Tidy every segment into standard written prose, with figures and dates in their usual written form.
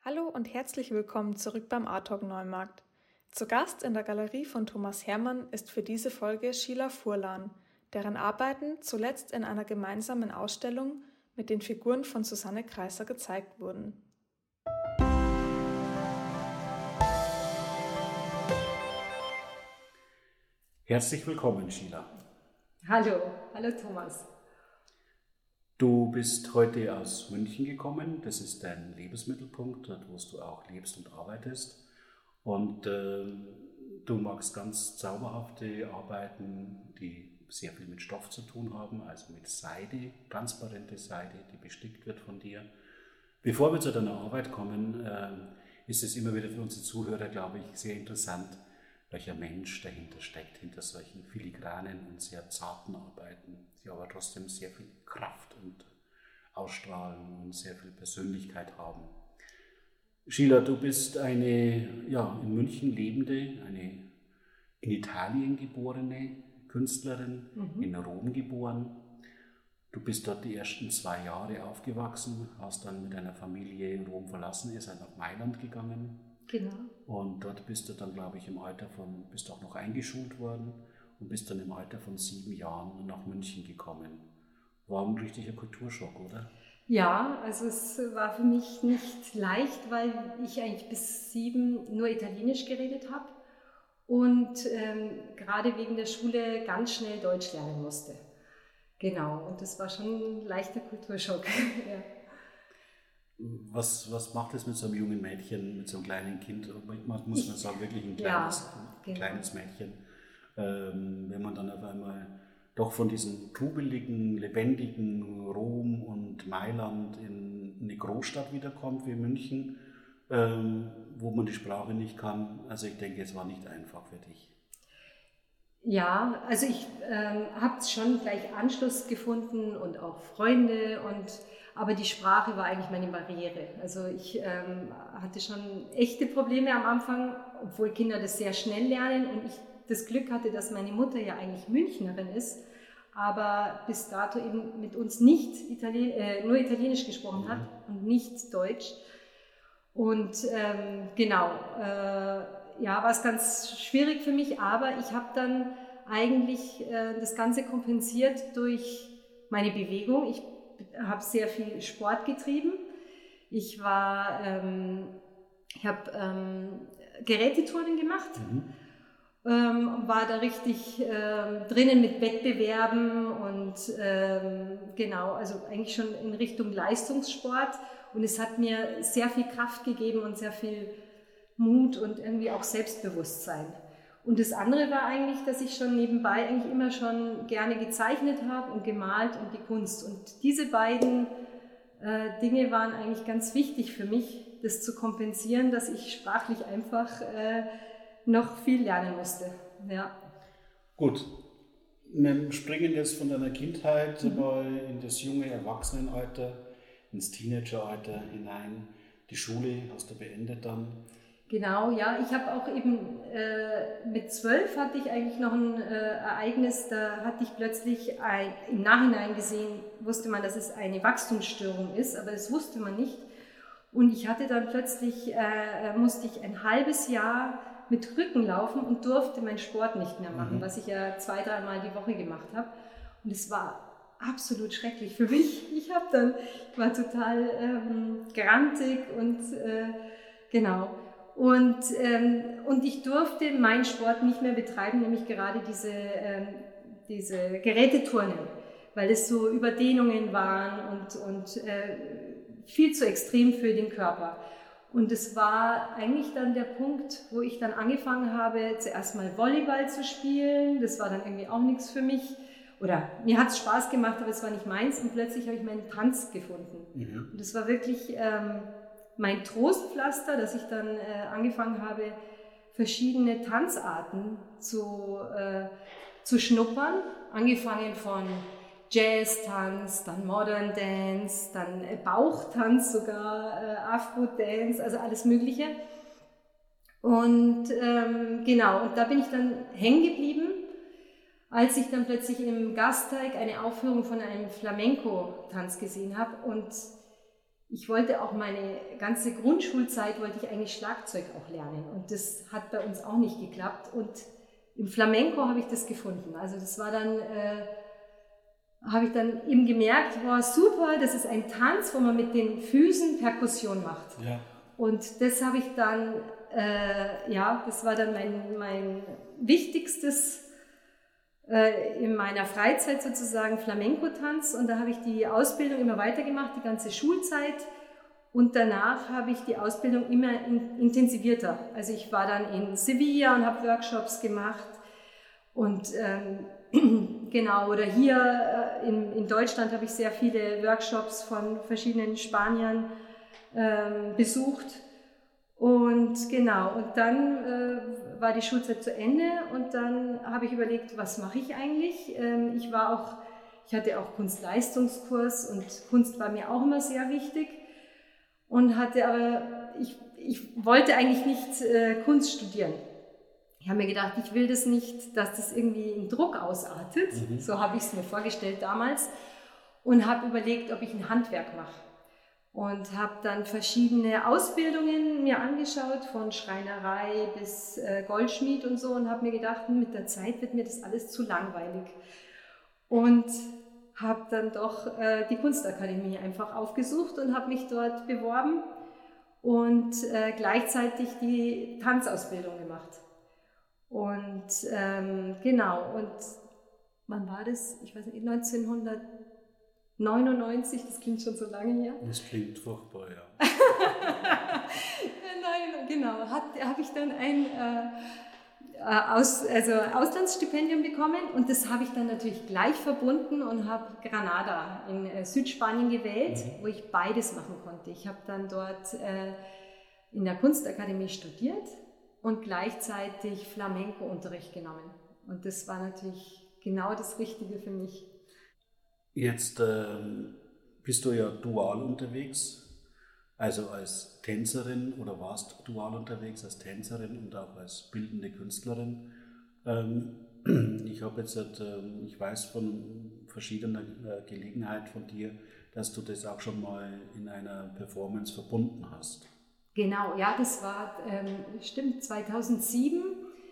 Hallo und herzlich willkommen zurück beim Artalk Neumarkt. Zu Gast in der Galerie von Thomas Hermann ist für diese Folge Sheila Furlan, deren Arbeiten zuletzt in einer gemeinsamen Ausstellung mit den Figuren von Susanne Kreißer gezeigt wurden. Herzlich willkommen, Sheila. Hallo Thomas. Du bist heute aus München gekommen, das ist dein Lebensmittelpunkt, dort wo du auch lebst und arbeitest. Und du magst ganz zauberhafte Arbeiten, die sehr viel mit Stoff zu tun haben, also mit Seide, transparente Seide, die bestickt wird von dir. Bevor wir zu deiner Arbeit kommen, ist es immer wieder für unsere Zuhörer, glaube ich, sehr interessant, welcher Mensch dahinter steckt, hinter solchen filigranen und sehr zarten Arbeiten, die aber trotzdem sehr viel Kraft und ausstrahlen und sehr viel Persönlichkeit haben. Sheila, du bist eine in München lebende, eine in Italien geborene Künstlerin, in Rom geboren. Du bist dort die ersten 2 Jahre aufgewachsen, hast dann mit deiner Familie Rom verlassen, ihr seid nach Mailand gegangen. Genau. Und dort bist du dann, glaube ich, bist auch noch eingeschult worden und bist dann im Alter von 7 Jahren nach München gekommen. War ein richtiger Kulturschock, oder? Ja, also es war für mich nicht leicht, weil ich eigentlich bis 7 nur Italienisch geredet habe und gerade wegen der Schule ganz schnell Deutsch lernen musste. Genau, und das war schon ein leichter Kulturschock. Ja. Was macht es mit so einem jungen Mädchen, mit so einem kleinen Kind, muss man sagen, wirklich ein kleines Mädchen, wenn man dann auf einmal doch von diesem trubeligen, lebendigen Rom und Mailand in eine Großstadt wiederkommt wie München, wo man die Sprache nicht kann. Also ich denke, es war nicht einfach für dich. Ja, also ich habe schon gleich Anschluss gefunden und auch Freunde, aber die Sprache war eigentlich meine Barriere. Also ich hatte schon echte Probleme am Anfang, obwohl Kinder das sehr schnell lernen und ich das Glück hatte, dass meine Mutter ja eigentlich Münchnerin ist, aber bis dato eben mit uns nicht nur Italienisch gesprochen hat und nicht Deutsch. Und war es ganz schwierig für mich, aber ich habe dann eigentlich das Ganze kompensiert durch meine Bewegung. Ich habe sehr viel Sport getrieben. Ich habe Geräteturnen gemacht, war da richtig drinnen mit Wettbewerben und also eigentlich schon in Richtung Leistungssport. Und es hat mir sehr viel Kraft gegeben und sehr viel Mut und irgendwie auch Selbstbewusstsein. Und das andere war eigentlich, dass ich schon nebenbei eigentlich immer schon gerne gezeichnet habe und gemalt und die Kunst. Und diese beiden Dinge waren eigentlich ganz wichtig für mich, das zu kompensieren, dass ich sprachlich einfach noch viel lernen musste. Ja. Gut, wir springen jetzt von deiner Kindheit in das junge Erwachsenenalter, ins Teenageralter hinein. Die Schule hast du beendet dann. Genau, ja. Ich habe auch eben mit 12 hatte ich eigentlich noch ein Ereignis, da hatte ich plötzlich im Nachhinein gesehen, wusste man, dass es eine Wachstumsstörung ist, aber das wusste man nicht. Und ich hatte dann plötzlich, musste ich ein halbes Jahr mit Krücken laufen und durfte meinen Sport nicht mehr machen, was ich ja 2-3 Mal die Woche gemacht habe. Und es war absolut schrecklich für mich. Ich war total grantig und genau. Und ich durfte meinen Sport nicht mehr betreiben, nämlich gerade diese Geräteturnen, weil es so Überdehnungen waren und viel zu extrem für den Körper. Und es war eigentlich dann der Punkt, wo ich dann angefangen habe, zuerst mal Volleyball zu spielen. Das war dann irgendwie auch nichts für mich. Oder mir hat es Spaß gemacht, aber es war nicht meins. Und plötzlich habe ich meinen Tanz gefunden. Und das war wirklich mein Trostpflaster, dass ich dann angefangen habe, verschiedene Tanzarten zu schnuppern. Angefangen von Jazz-Tanz, dann Modern Dance, dann Bauchtanz sogar, Afro-Dance, also alles Mögliche. Und und da bin ich dann hängen geblieben, als ich dann plötzlich im Gasteig eine Aufführung von einem Flamenco-Tanz gesehen habe. Und ich wollte auch meine ganze Grundschulzeit, wollte ich eigentlich Schlagzeug auch lernen. Und das hat bei uns auch nicht geklappt. Und im Flamenco habe ich das gefunden. Also das war dann, habe ich dann eben gemerkt, wow, super, das ist ein Tanz, wo man mit den Füßen Perkussion macht. Ja. Und das habe ich dann, das war dann mein wichtigstes in meiner Freizeit sozusagen Flamenco-Tanz. Und da habe ich die Ausbildung immer weitergemacht, die ganze Schulzeit. Und danach habe ich die Ausbildung immer intensivierter. Also ich war dann in Sevilla und habe Workshops gemacht. Und genau, oder hier in Deutschland habe ich sehr viele Workshops von verschiedenen Spaniern besucht. Und genau, und dann war die Schulzeit zu Ende und dann habe ich überlegt, was mache ich eigentlich? Ich hatte auch Kunstleistungskurs und Kunst war mir auch immer sehr wichtig und ich wollte eigentlich nicht Kunst studieren. Ich habe mir gedacht, ich will das nicht, dass das irgendwie in Druck ausartet. So habe ich es mir vorgestellt damals und habe überlegt, ob ich ein Handwerk mache. Und habe dann verschiedene Ausbildungen mir angeschaut, von Schreinerei bis Goldschmied und so, und habe mir gedacht, mit der Zeit wird mir das alles zu langweilig. Und habe dann doch die Kunstakademie einfach aufgesucht und habe mich dort beworben und gleichzeitig die Tanzausbildung gemacht. Und genau, und wann war das? Ich weiß nicht, 1999, das klingt schon so lange her. Das klingt furchtbar, ja. Nein, genau, habe ich dann ein Auslandsstipendium bekommen und das habe ich dann natürlich gleich verbunden und habe Granada in Südspanien gewählt, wo ich beides machen konnte. Ich habe dann dort in der Kunstakademie studiert und gleichzeitig Flamenco-Unterricht genommen. Und das war natürlich genau das Richtige für mich. Jetzt bist du ja dual unterwegs, also als Tänzerin oder warst dual unterwegs als Tänzerin und auch als bildende Künstlerin. Ich habe jetzt, ich weiß von verschiedener Gelegenheit von dir, dass du das auch schon mal in einer Performance verbunden hast. Genau, ja, das war, stimmt, 2007.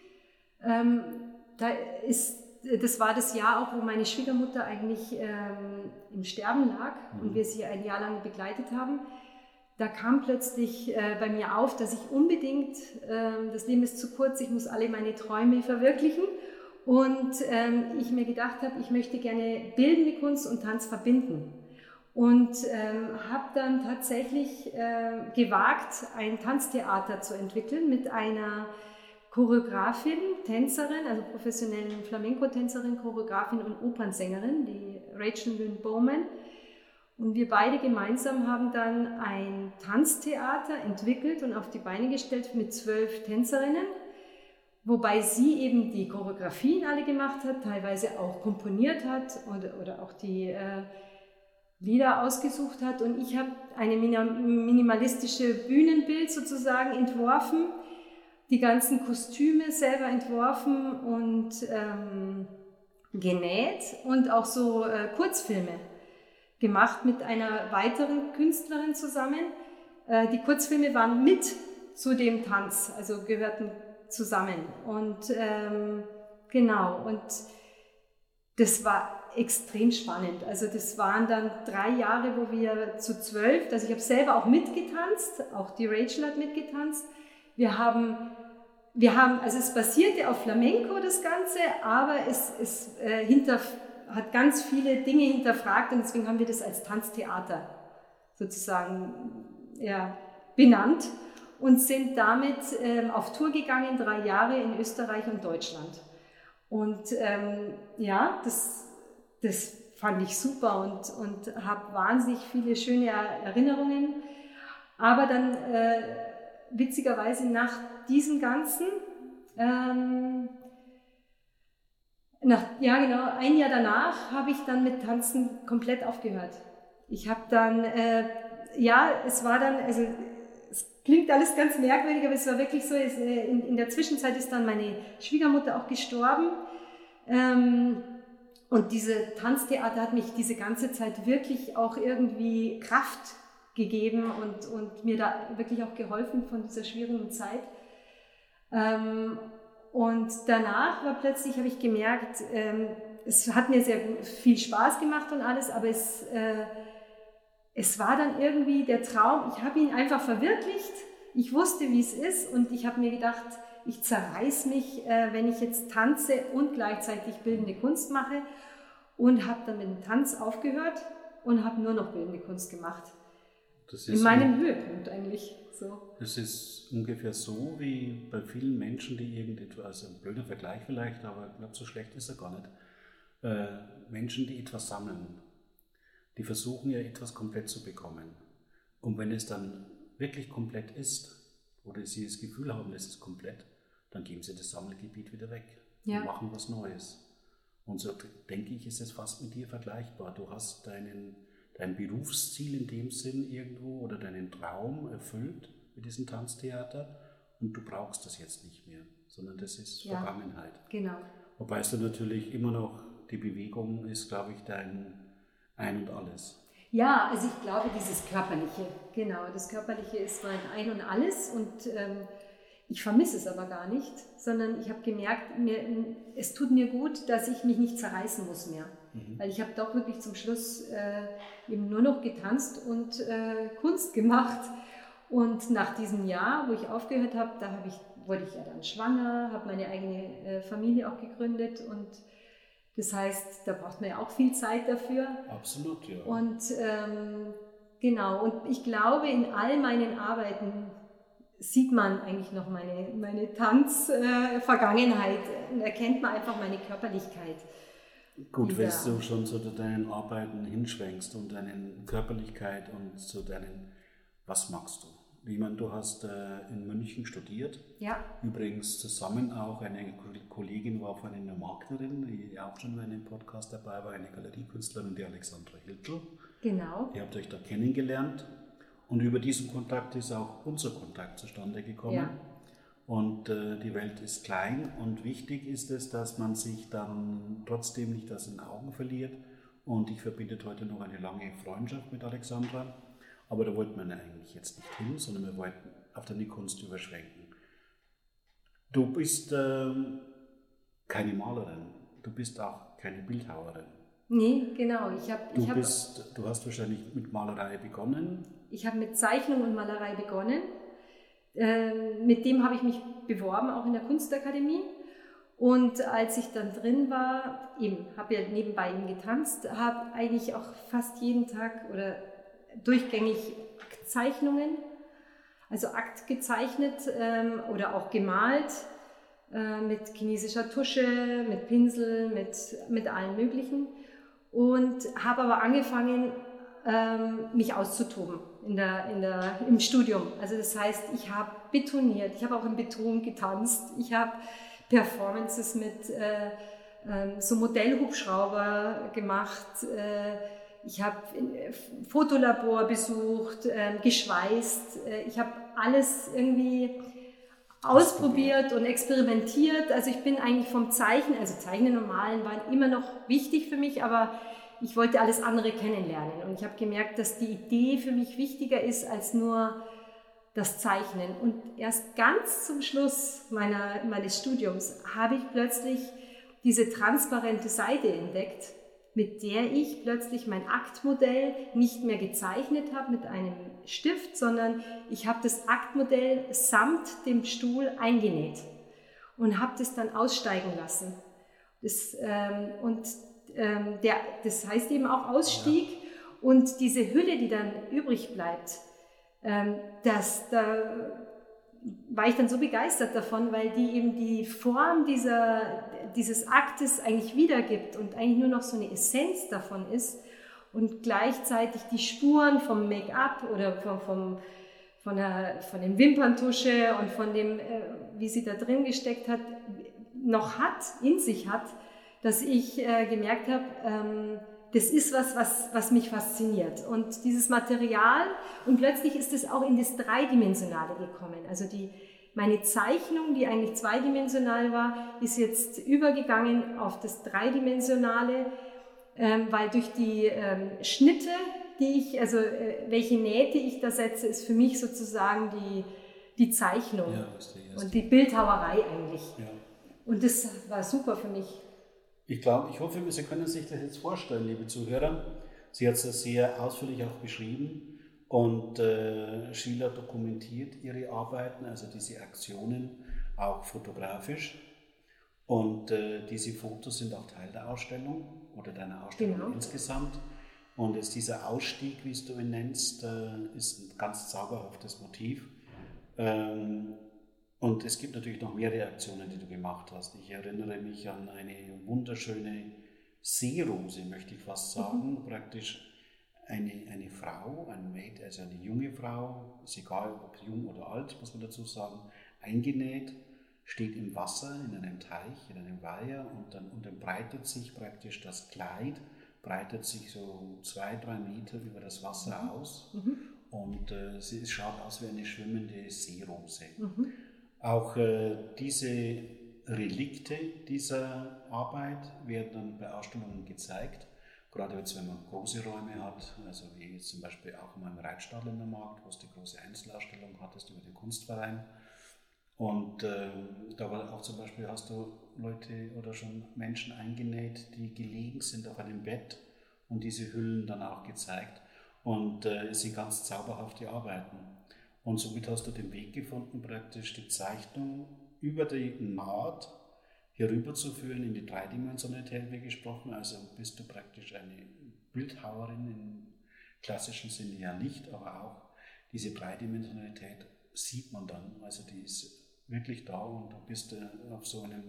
Das war das Jahr auch, wo meine Schwiegermutter eigentlich im Sterben lag und wir sie ein Jahr lang begleitet haben. Da kam plötzlich bei mir auf, dass ich unbedingt, das Leben ist zu kurz, ich muss alle meine Träume verwirklichen. Und ich mir gedacht habe, ich möchte gerne bildende Kunst und Tanz verbinden. Und habe dann tatsächlich gewagt, ein Tanztheater zu entwickeln mit einer Choreografin, Tänzerin, also professionellen Flamenco-Tänzerin, Choreografin und Opernsängerin, die Rachel Lynn Bowman. Und wir beide gemeinsam haben dann ein Tanztheater entwickelt und auf die Beine gestellt mit 12 Tänzerinnen, wobei sie eben die Choreografien alle gemacht hat, teilweise auch komponiert hat oder auch die Lieder ausgesucht hat. Und ich habe eine minimalistische Bühnenbild sozusagen entworfen, die ganzen Kostüme selber entworfen und genäht und auch so Kurzfilme gemacht mit einer weiteren Künstlerin zusammen. Die Kurzfilme waren mit zu dem Tanz, also gehörten zusammen. Und genau, und das war extrem spannend. Also das waren dann 3 Jahre, wo wir zu 12, also ich habe selber auch mitgetanzt, auch die Rachel hat mitgetanzt. Wir haben, also es basierte auf Flamenco das Ganze, aber es hat ganz viele Dinge hinterfragt und deswegen haben wir das als Tanztheater sozusagen benannt und sind damit auf Tour gegangen, 3 Jahre in Österreich und Deutschland. Und das fand ich super und habe wahnsinnig viele schöne Erinnerungen. Aber dann witzigerweise nach diesem Ganzen, ein Jahr danach habe ich dann mit Tanzen komplett aufgehört. Ich habe dann, es war dann, also es klingt alles ganz merkwürdig, aber es war wirklich so, in der Zwischenzeit ist dann meine Schwiegermutter auch gestorben. Und diese Tanztheater hat mich diese ganze Zeit wirklich auch irgendwie Kraft gegeben und mir da wirklich auch geholfen von dieser schwierigen Zeit. Und danach habe ich gemerkt, es hat mir sehr viel Spaß gemacht und alles, aber es war dann irgendwie der Traum, ich habe ihn einfach verwirklicht, ich wusste, wie es ist und ich habe mir gedacht, ich zerreiß mich, wenn ich jetzt tanze und gleichzeitig bildende Kunst mache und habe dann mit dem Tanz aufgehört und habe nur noch bildende Kunst gemacht. In meinem Höhepunkt eigentlich. So. Das ist ungefähr so wie bei vielen Menschen, die irgendetwas, also ein blöder Vergleich vielleicht, aber ich glaube, so schlecht ist er gar nicht. Menschen, die etwas sammeln, die versuchen ja etwas komplett zu bekommen. Und wenn es dann wirklich komplett ist, oder sie das Gefühl haben, es ist komplett, dann geben sie das Sammelgebiet wieder weg und machen was Neues. Und so denke ich, ist es fast mit dir vergleichbar. Du hast dein Berufsziel in dem Sinn irgendwo oder deinen Traum erfüllt mit diesem Tanztheater und du brauchst das jetzt nicht mehr, sondern das ist Vergangenheit. Genau. Wobei es dann natürlich immer noch, die Bewegung ist, glaube ich, dein Ein und Alles. Ja, also ich glaube, dieses Körperliche, genau, das Körperliche ist mein Ein und Alles und ich vermisse es aber gar nicht, sondern ich habe gemerkt, es tut mir gut, dass ich mich nicht zerreißen muss mehr. Weil ich habe doch wirklich zum Schluss eben nur noch getanzt und Kunst gemacht. Und nach diesem Jahr, wo ich aufgehört habe, wurde ich ja dann schwanger, habe meine eigene Familie auch gegründet und das heißt, da braucht man ja auch viel Zeit dafür. Absolut, ja. Und genau, und ich glaube, in all meinen Arbeiten sieht man eigentlich noch meine Tanzvergangenheit, erkennt man einfach meine Körperlichkeit. Gut, wenn du schon zu deinen Arbeiten hinschwenkst und deine Körperlichkeit und zu was magst du? Ich meine, du hast in München studiert. Ja. Übrigens zusammen auch eine Kollegin war von einer Maklerin, die auch schon in einem Podcast dabei war, eine Galeriekünstlerin, die Alexandra Hiltl. Genau. Ihr habt euch da kennengelernt und über diesen Kontakt ist auch unser Kontakt zustande gekommen. Ja. Und die Welt ist klein und wichtig ist es, dass man sich dann trotzdem nicht aus den Augen verliert. Und ich verbinde heute noch eine lange Freundschaft mit Alexandra. Aber da wollten wir eigentlich jetzt nicht hin, sondern wir wollten auf deine Kunst überschwenken. Du bist keine Malerin, du bist auch keine Bildhauerin. Nee, genau. Du hast wahrscheinlich mit Malerei begonnen. Ich habe mit Zeichnung und Malerei begonnen. Mit dem habe ich mich beworben, auch in der Kunstakademie. Und als ich dann drin war, habe ja nebenbei getanzt, habe eigentlich auch fast jeden Tag oder durchgängig Aktzeichnungen, also Akt gezeichnet oder auch gemalt mit chinesischer Tusche, mit Pinsel, mit allem Möglichen und habe aber angefangen, mich auszutoben im Studium. Also das heißt, ich habe betoniert, ich habe auch im Beton getanzt, ich habe Performances mit so Modellhubschrauber gemacht, ich habe ein Fotolabor besucht, geschweißt, ich habe alles irgendwie ausprobiert und experimentiert. Also ich bin eigentlich vom Zeichnen, also Zeichnen und Malen waren immer noch wichtig für mich, aber ich wollte alles andere kennenlernen. Und ich habe gemerkt, dass die Idee für mich wichtiger ist als nur das Zeichnen. Und erst ganz zum Schluss meines Studiums habe ich plötzlich diese transparente Seite entdeckt, mit der ich plötzlich mein Aktmodell nicht mehr gezeichnet habe mit einem Stift, sondern ich habe das Aktmodell samt dem Stuhl eingenäht und habe das dann aussteigen lassen. Das heißt eben auch Ausstieg und diese Hülle, die dann übrig bleibt, da war ich dann so begeistert davon, weil die eben die Form dieses Aktes eigentlich wiedergibt und eigentlich nur noch so eine Essenz davon ist und gleichzeitig die Spuren vom Make-up oder von den Wimperntusche und von dem, wie sie da drin gesteckt hat, in sich hat, dass ich gemerkt habe, das ist was mich fasziniert. Und dieses Material, und plötzlich ist es auch in das Dreidimensionale gekommen. Also meine Zeichnung, die eigentlich zweidimensional war, ist jetzt übergegangen auf das Dreidimensionale, weil durch die Schnitte welche Nähte ich da setze, ist für mich sozusagen die Zeichnung und die Bildhauerei eigentlich. Ja. Und das war super für mich. Ich hoffe, Sie können sich das jetzt vorstellen, liebe Zuhörer. Sie hat es sehr ausführlich auch beschrieben und Sheila dokumentiert ihre Arbeiten, also diese Aktionen, auch fotografisch. Und diese Fotos sind auch Teil der Ausstellung oder deiner Ausstellung insgesamt. Und jetzt dieser Ausstieg, wie es du ihn nennst, ist ein ganz zauberhaftes Motiv. Und es gibt natürlich noch mehrere Aktionen, die du gemacht hast. Ich erinnere mich an eine wunderschöne Seerose, möchte ich fast sagen. Praktisch eine Frau, also eine junge Frau, ist egal ob jung oder alt, muss man dazu sagen, eingenäht, steht im Wasser, in einem Teich, in einem Weiher und dann breitet sich praktisch das Kleid, breitet sich so 2-3 Meter über das Wasser aus und es schaut aus wie eine schwimmende Seerose. Auch diese Relikte dieser Arbeit werden dann bei Ausstellungen gezeigt, gerade jetzt, wenn man große Räume hat, also wie jetzt zum Beispiel auch mal im Reitstadler Markt, wo es die große Einzelausstellung hattest über den Kunstverein. Und da war auch zum Beispiel, hast du Leute oder schon Menschen eingenäht, die gelegen sind auf einem Bett und diese Hüllen dann auch gezeigt. Und es sind ganz zauberhafte Arbeiten. Und somit hast du den Weg gefunden, praktisch die Zeichnung über die Naht herüberzuführen in die Dreidimensionalität, wie gesprochen. Also bist du praktisch eine Bildhauerin im klassischen Sinne ja nicht, aber auch diese Dreidimensionalität sieht man dann. Also die ist wirklich da und du bist auf so einem,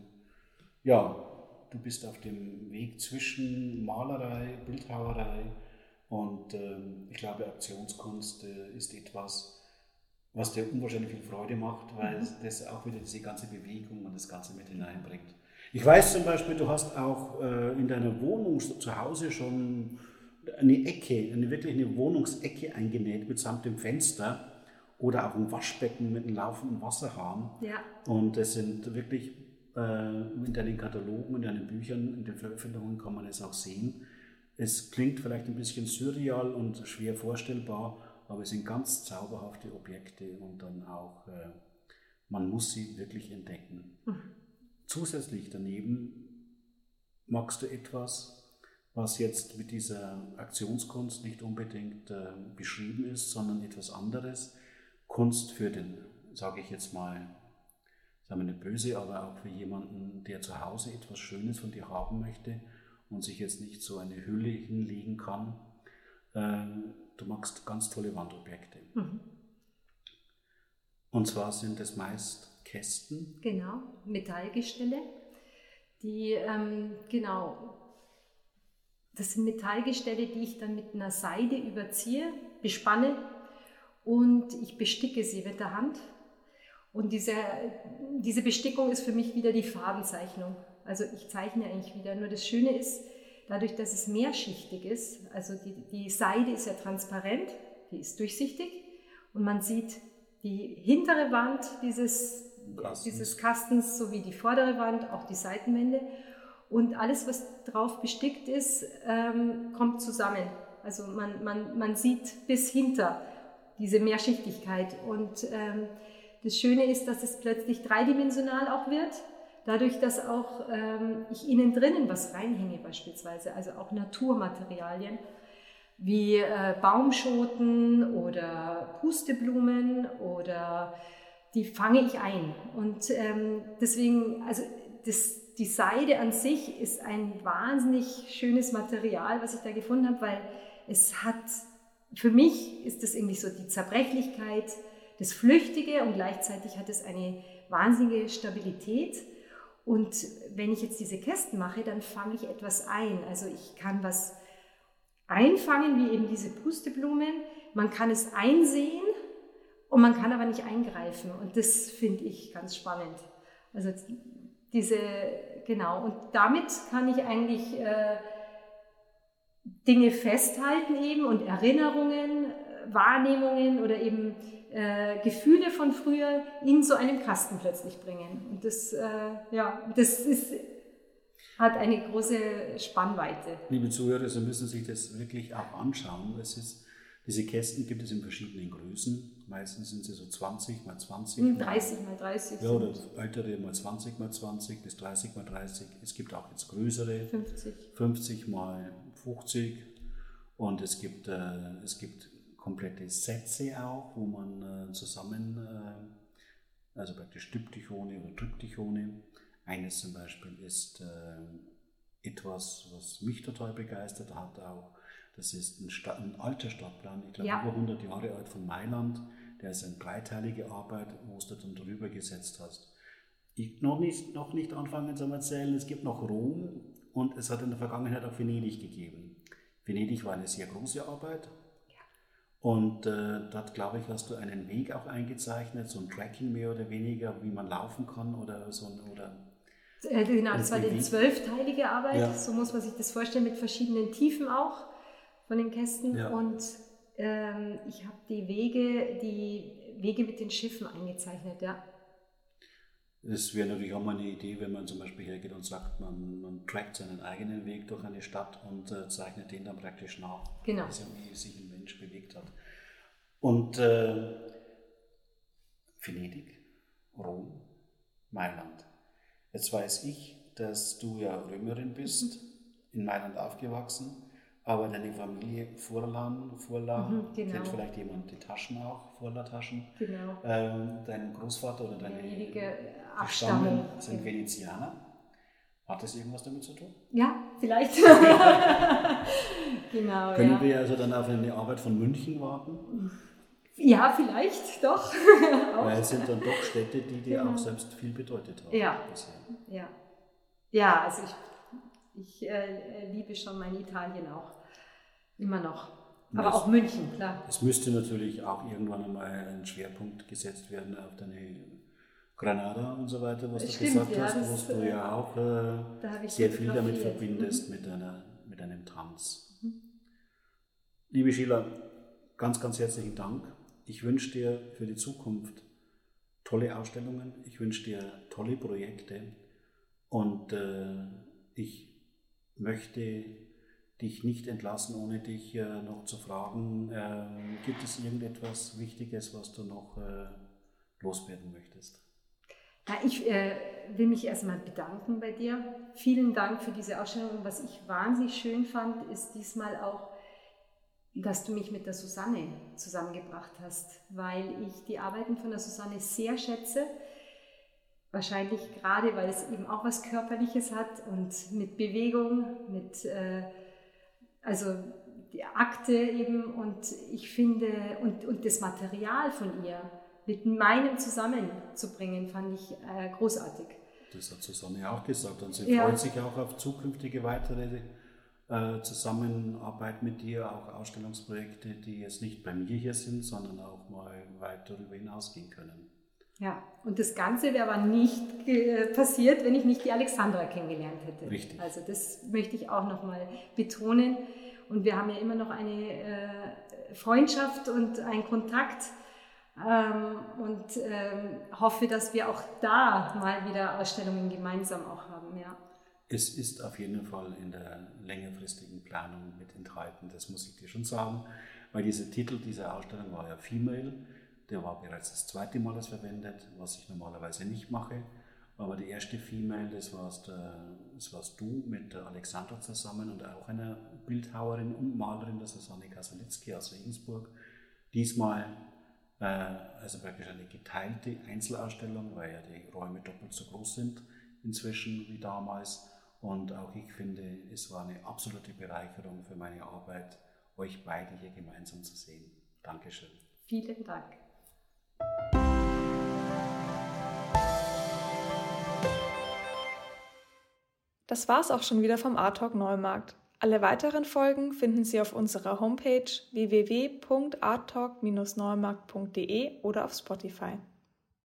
du bist auf dem Weg zwischen Malerei, Bildhauerei und ich glaube, Aktionskunst ist etwas, was dir unwahrscheinlich viel Freude macht, weil das auch wieder diese ganze Bewegung und das Ganze mit hineinbringt. Ich weiß zum Beispiel, du hast auch in deiner Wohnung zu Hause schon wirklich eine Wohnungsecke eingenäht mitsamt dem Fenster oder auch ein Waschbecken mit einem laufenden Wasserhahn. Ja. Und das sind wirklich in deinen Katalogen, in deinen Büchern, in den Veröffentlichungen kann man es auch sehen. Es klingt vielleicht ein bisschen surreal und schwer vorstellbar, aber es sind ganz zauberhafte Objekte und dann auch, man muss sie wirklich entdecken. Zusätzlich daneben magst du etwas, was jetzt mit dieser Aktionskunst nicht unbedingt beschrieben ist, sondern etwas anderes. Kunst für den, sage ich jetzt mal, sagen wir nicht böse, aber auch für jemanden, der zu Hause etwas Schönes von dir haben möchte und sich jetzt nicht so eine Hülle hinlegen kann. Du magst ganz tolle Wandobjekte. Und zwar sind es meist Kästen. Genau, Metallgestelle. Das sind Metallgestelle, die ich dann mit einer Seide überziehe, bespanne und ich besticke sie mit der Hand. Und diese Bestickung ist für mich wieder die Farbenzeichnung. Also ich zeichne eigentlich wieder. Nur das Schöne ist, dadurch, dass es mehrschichtig ist, also die Seide ist ja transparent, die ist durchsichtig und man sieht die hintere Wand dieses Kastens sowie die vordere Wand, auch die Seitenwände und alles, was drauf bestickt ist, kommt zusammen. Also man sieht bis hinter diese Mehrschichtigkeit und das Schöne ist, dass es plötzlich dreidimensional auch wird. Dadurch, dass auch ich innen drinnen was reinhänge beispielsweise, also auch Naturmaterialien wie Baumschoten oder Pusteblumen oder die fange ich ein. Und deswegen, also die Seide an sich ist ein wahnsinnig schönes Material, was ich da gefunden habe, weil es hat, für mich ist das irgendwie so die Zerbrechlichkeit, das Flüchtige und gleichzeitig hat es eine wahnsinnige Stabilität. Und wenn ich jetzt diese Kästen mache, dann fange ich etwas ein. Also ich kann was einfangen, wie eben diese Pusteblumen. Man kann es einsehen und man kann aber nicht eingreifen. Und das finde ich ganz spannend. Also und damit kann ich eigentlich Dinge festhalten eben und Erinnerungen, Wahrnehmungen oder eben Gefühle von früher in so einem Kasten plötzlich bringen. Und das ist... hat eine große Spannweite. Liebe Zuhörer, Sie müssen sich das wirklich auch anschauen. Diese Kästen gibt es in verschiedenen Größen. Meistens sind sie so 20 mal 20. 30 mal 30. Ja, oder ältere mal 20 mal 20 bis 30 mal 30. Es gibt auch jetzt größere. 50 mal 50. Und es gibt komplette Sätze auch, wo man zusammen, also praktisch Diptychone oder Triptychone. Eines zum Beispiel ist etwas, was mich total begeistert hat auch. Das ist ein alter Stadtplan, ich glaube über 100 Jahre alt, von Mailand. Der ist eine dreiteilige Arbeit, wo du dann drüber gesetzt hast. Ich noch nicht anfangen zu erzählen, es gibt noch Rom und es hat in der Vergangenheit auch Venedig gegeben. Venedig war eine sehr große Arbeit. Und dort, glaube ich, hast du einen Weg auch eingezeichnet, so ein Tracking mehr oder weniger, wie man laufen kann oder so. Genau, das war eine 12-teilige Arbeit, so muss man sich das vorstellen, mit verschiedenen Tiefen auch von den Kästen. Ja. Und ich habe die Wege mit den Schiffen eingezeichnet, ja. Es wäre natürlich auch mal eine Idee, wenn man zum Beispiel hergeht und sagt, man trackt seinen eigenen Weg durch eine Stadt und zeichnet den dann praktisch nach, genau. Wie sich ein Mensch bewegt hat. Und Venedig, Rom, Mailand. Jetzt weiß ich, dass du ja Römerin bist, in Mailand aufgewachsen, aber deine Familie Furlan, genau. kennt vielleicht jemand die Taschen auch, Furla-Taschen. Genau. Dein Großvater oder deine ewige Abstammung sind Venezianer. Hat das irgendwas damit zu tun? Ja, vielleicht. Genau. Können wir also dann auf eine Arbeit von München warten? Ja, vielleicht, doch. Weil es sind dann doch Städte, die dir auch selbst viel bedeutet haben. Ja, also ich liebe schon mein Italien auch. Immer noch. Aber auch München, klar. Es müsste natürlich auch irgendwann einmal ein Schwerpunkt gesetzt werden auf deine Granada und so weiter, was du gesagt hast, wo du ja auch sehr viel damit verbindest mit deinem Tanz. Liebe Sheila, ganz, ganz herzlichen Dank. Ich wünsche dir für die Zukunft tolle Ausstellungen, ich wünsche dir tolle Projekte und ich möchte dich nicht entlassen, ohne dich noch zu fragen, gibt es irgendetwas Wichtiges, was du noch loswerden möchtest? Ja, ich will mich erstmal bedanken bei dir. Vielen Dank für diese Ausstellung. Was ich wahnsinnig schön fand, ist diesmal auch, dass du mich mit der Susanne zusammengebracht hast, weil ich die Arbeiten von der Susanne sehr schätze. Wahrscheinlich gerade, weil es eben auch was Körperliches hat und mit Bewegung, also die Akte eben, und ich finde, und das Material von ihr mit meinem zusammenzubringen, fand ich großartig. Das hat Susanne auch gesagt und sie freut sich auch auf zukünftige weitere Zusammenarbeit mit dir, auch Ausstellungsprojekte, die jetzt nicht bei mir hier sind, sondern auch mal weit darüber hinausgehen können. Ja, und das Ganze wäre aber nicht passiert, wenn ich nicht die Alexandra kennengelernt hätte. Richtig. Also das möchte ich auch nochmal betonen. Und wir haben ja immer noch eine Freundschaft und einen Kontakt und hoffe, dass wir auch da mal wieder Ausstellungen gemeinsam auch haben. Ja. Es ist auf jeden Fall in der längerfristigen Planung mit enthalten, das muss ich dir schon sagen, weil dieser Titel dieser Ausstellung war ja Female, der war bereits das zweite Mal verwendet, was ich normalerweise nicht mache, aber die erste Female, das warst du mit der Alexandra zusammen und auch einer Bildhauerin und Malerin, der Susanne Kasalitzky aus Regensburg. Diesmal also praktisch eine geteilte Einzelausstellung, weil ja die Räume doppelt so groß sind inzwischen wie damals. Und auch ich finde, es war eine absolute Bereicherung für meine Arbeit, euch beide hier gemeinsam zu sehen. Dankeschön. Vielen Dank. Das war's auch schon wieder vom Arttalk Neumarkt. Alle weiteren Folgen finden Sie auf unserer Homepage www.arttalk-neumarkt.de oder auf Spotify.